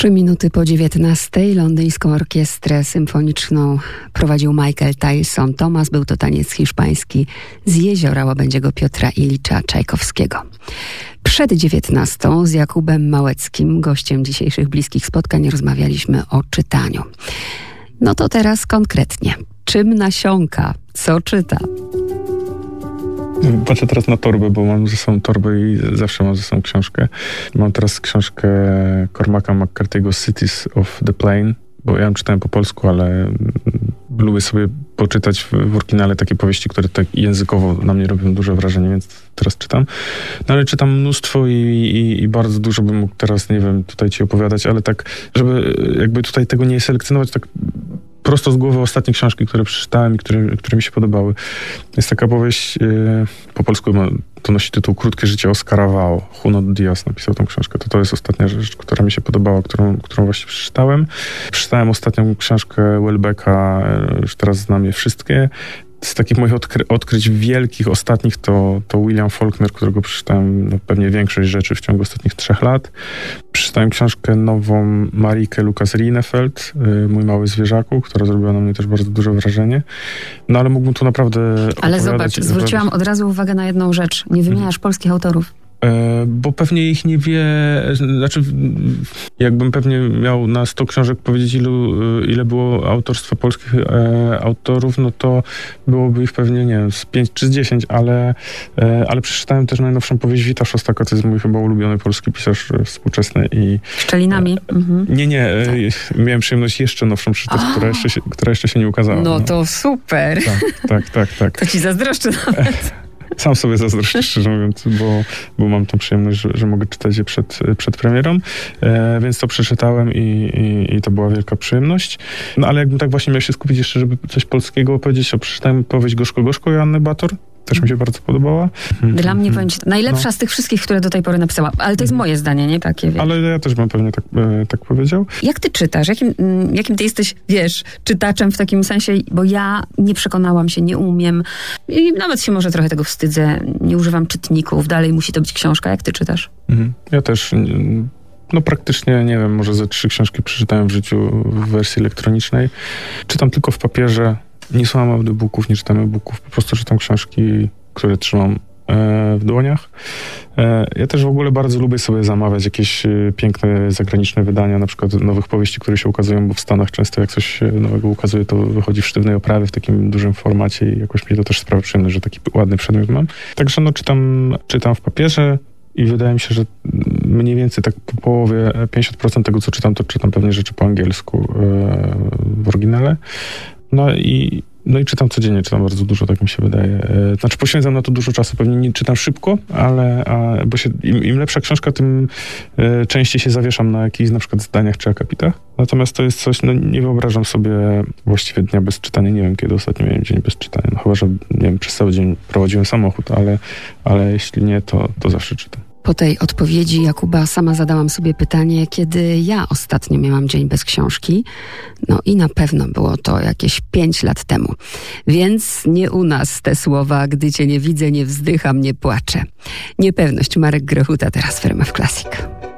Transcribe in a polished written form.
3 minuty po 19:00 londyńską orkiestrę symfoniczną prowadził Michael Tyson Thomas. Był to taniec hiszpański z Jeziora łabędziego Piotra Ilicza Czajkowskiego. Przed 19:00 z Jakubem Małeckim, gościem dzisiejszych Bliskich Spotkań, rozmawialiśmy o czytaniu. No to teraz konkretnie. Czym nasiąka? Co czyta? Patrzę teraz na torbę, bo mam ze sobą torbę i zawsze mam ze sobą książkę. Mam teraz książkę Cormaca McCarthy'ego Cities of the Plain, bo ja ją czytałem po polsku, ale lubię sobie poczytać w oryginale takie powieści, które tak językowo na mnie robią duże wrażenie, więc teraz czytam. No ale czytam mnóstwo i bardzo dużo bym mógł teraz, nie wiem, tutaj ci opowiadać, ale tak, żeby jakby tutaj tego nie selekcjonować, tak prosto z głowy ostatnie książki, które przeczytałem i które mi się podobały. Jest taka powieść, po polsku to nosi tytuł Krótkie życie Oscara Wao. Junot Díaz napisał tą książkę. To jest ostatnia rzecz, która mi się podobała, którą właśnie przeczytałem. Przeczytałem ostatnią książkę Welbecka, już teraz znam je wszystkie. Z takich moich odkryć wielkich, ostatnich, to William Faulkner, którego przeczytałem pewnie większość rzeczy w ciągu ostatnich 3 lat. Przeczytałem książkę nową Marikę Lucas-Rienefeld, Mój mały zwierzaku, która zrobiła na mnie też bardzo duże wrażenie. No ale mógłbym tu naprawdę Ale zobacz, zwróciłam od razu uwagę na jedną rzecz. Nie wymieniasz polskich autorów. Bo pewnie ich nie wie, znaczy jakbym pewnie miał na 100 książek powiedzieć, ile było autorstwa polskich autorów, no to byłoby ich pewnie, nie wiem, z 5 czy z 10, ale przeczytałem też najnowszą powieść Wita Szostaka, to jest mój chyba ulubiony polski pisarz współczesny i... Szczelinami? Nie, miałem przyjemność jeszcze nowszą przeczytać, która jeszcze się nie ukazała. No to super! Tak. To ci zazdroszczę nawet. Sam sobie zazdroszczę, szczerze mówiąc, bo mam tą przyjemność, że mogę czytać je przed premierą, więc to przeczytałem i to była wielka przyjemność. No ale jakbym tak właśnie miał się skupić jeszcze, żeby coś polskiego powiedzieć, to przeczytałem powieść Gorzko Joanny Bator. Też mi się bardzo podobała. Dla mnie powiem ci, najlepsza z tych wszystkich, które do tej pory napisała. Ale to jest moje zdanie, nie takie, wiesz. Ale ja też bym pewnie tak powiedział. Jak ty czytasz? Jakim ty jesteś, wiesz, czytaczem w takim sensie? Bo ja nie przekonałam się, nie umiem. I nawet się może trochę tego wstydzę. Nie używam czytników. Dalej musi to być książka. Jak ty czytasz? Ja też... No praktycznie, nie wiem, może ze 3 książki przeczytałem w życiu w wersji elektronicznej. Czytam tylko w papierze. Nie słucham audiobooków, nie czytam e-booków, po prostu czytam książki, które trzymam w dłoniach. Ja też w ogóle bardzo lubię sobie zamawiać jakieś piękne zagraniczne wydania, na przykład nowych powieści, które się ukazują, bo w Stanach często jak coś nowego ukazuje, to wychodzi w sztywnej oprawie, w takim dużym formacie i jakoś mnie to też sprawia przyjemność, że taki ładny przedmiot mam. Także no czytam w papierze i wydaje mi się, że mniej więcej tak po połowie, 50% tego, co czytam, to czytam pewnie rzeczy po angielsku w oryginale. No i czytam codziennie, czytam bardzo dużo, tak mi się wydaje. Znaczy poświęcam na to dużo czasu, pewnie nie czytam szybko, bo im lepsza książka, tym częściej się zawieszam na jakichś na przykład zdaniach czy akapitach. Natomiast to jest coś, nie wyobrażam sobie właściwie dnia bez czytania. Nie wiem, kiedy ostatnio miałem dzień bez czytania. No chyba, że nie wiem, przez cały dzień prowadziłem samochód, ale jeśli nie, to zawsze czytam. Po tej odpowiedzi Jakuba sama zadałam sobie pytanie, kiedy ja ostatnio miałam dzień bez książki. No i na pewno było to jakieś 5 lat temu. Więc nie u nas te słowa, gdy cię nie widzę, nie wzdycham, nie płaczę. Niepewność, Marek Grechuta teraz w RMF Classic.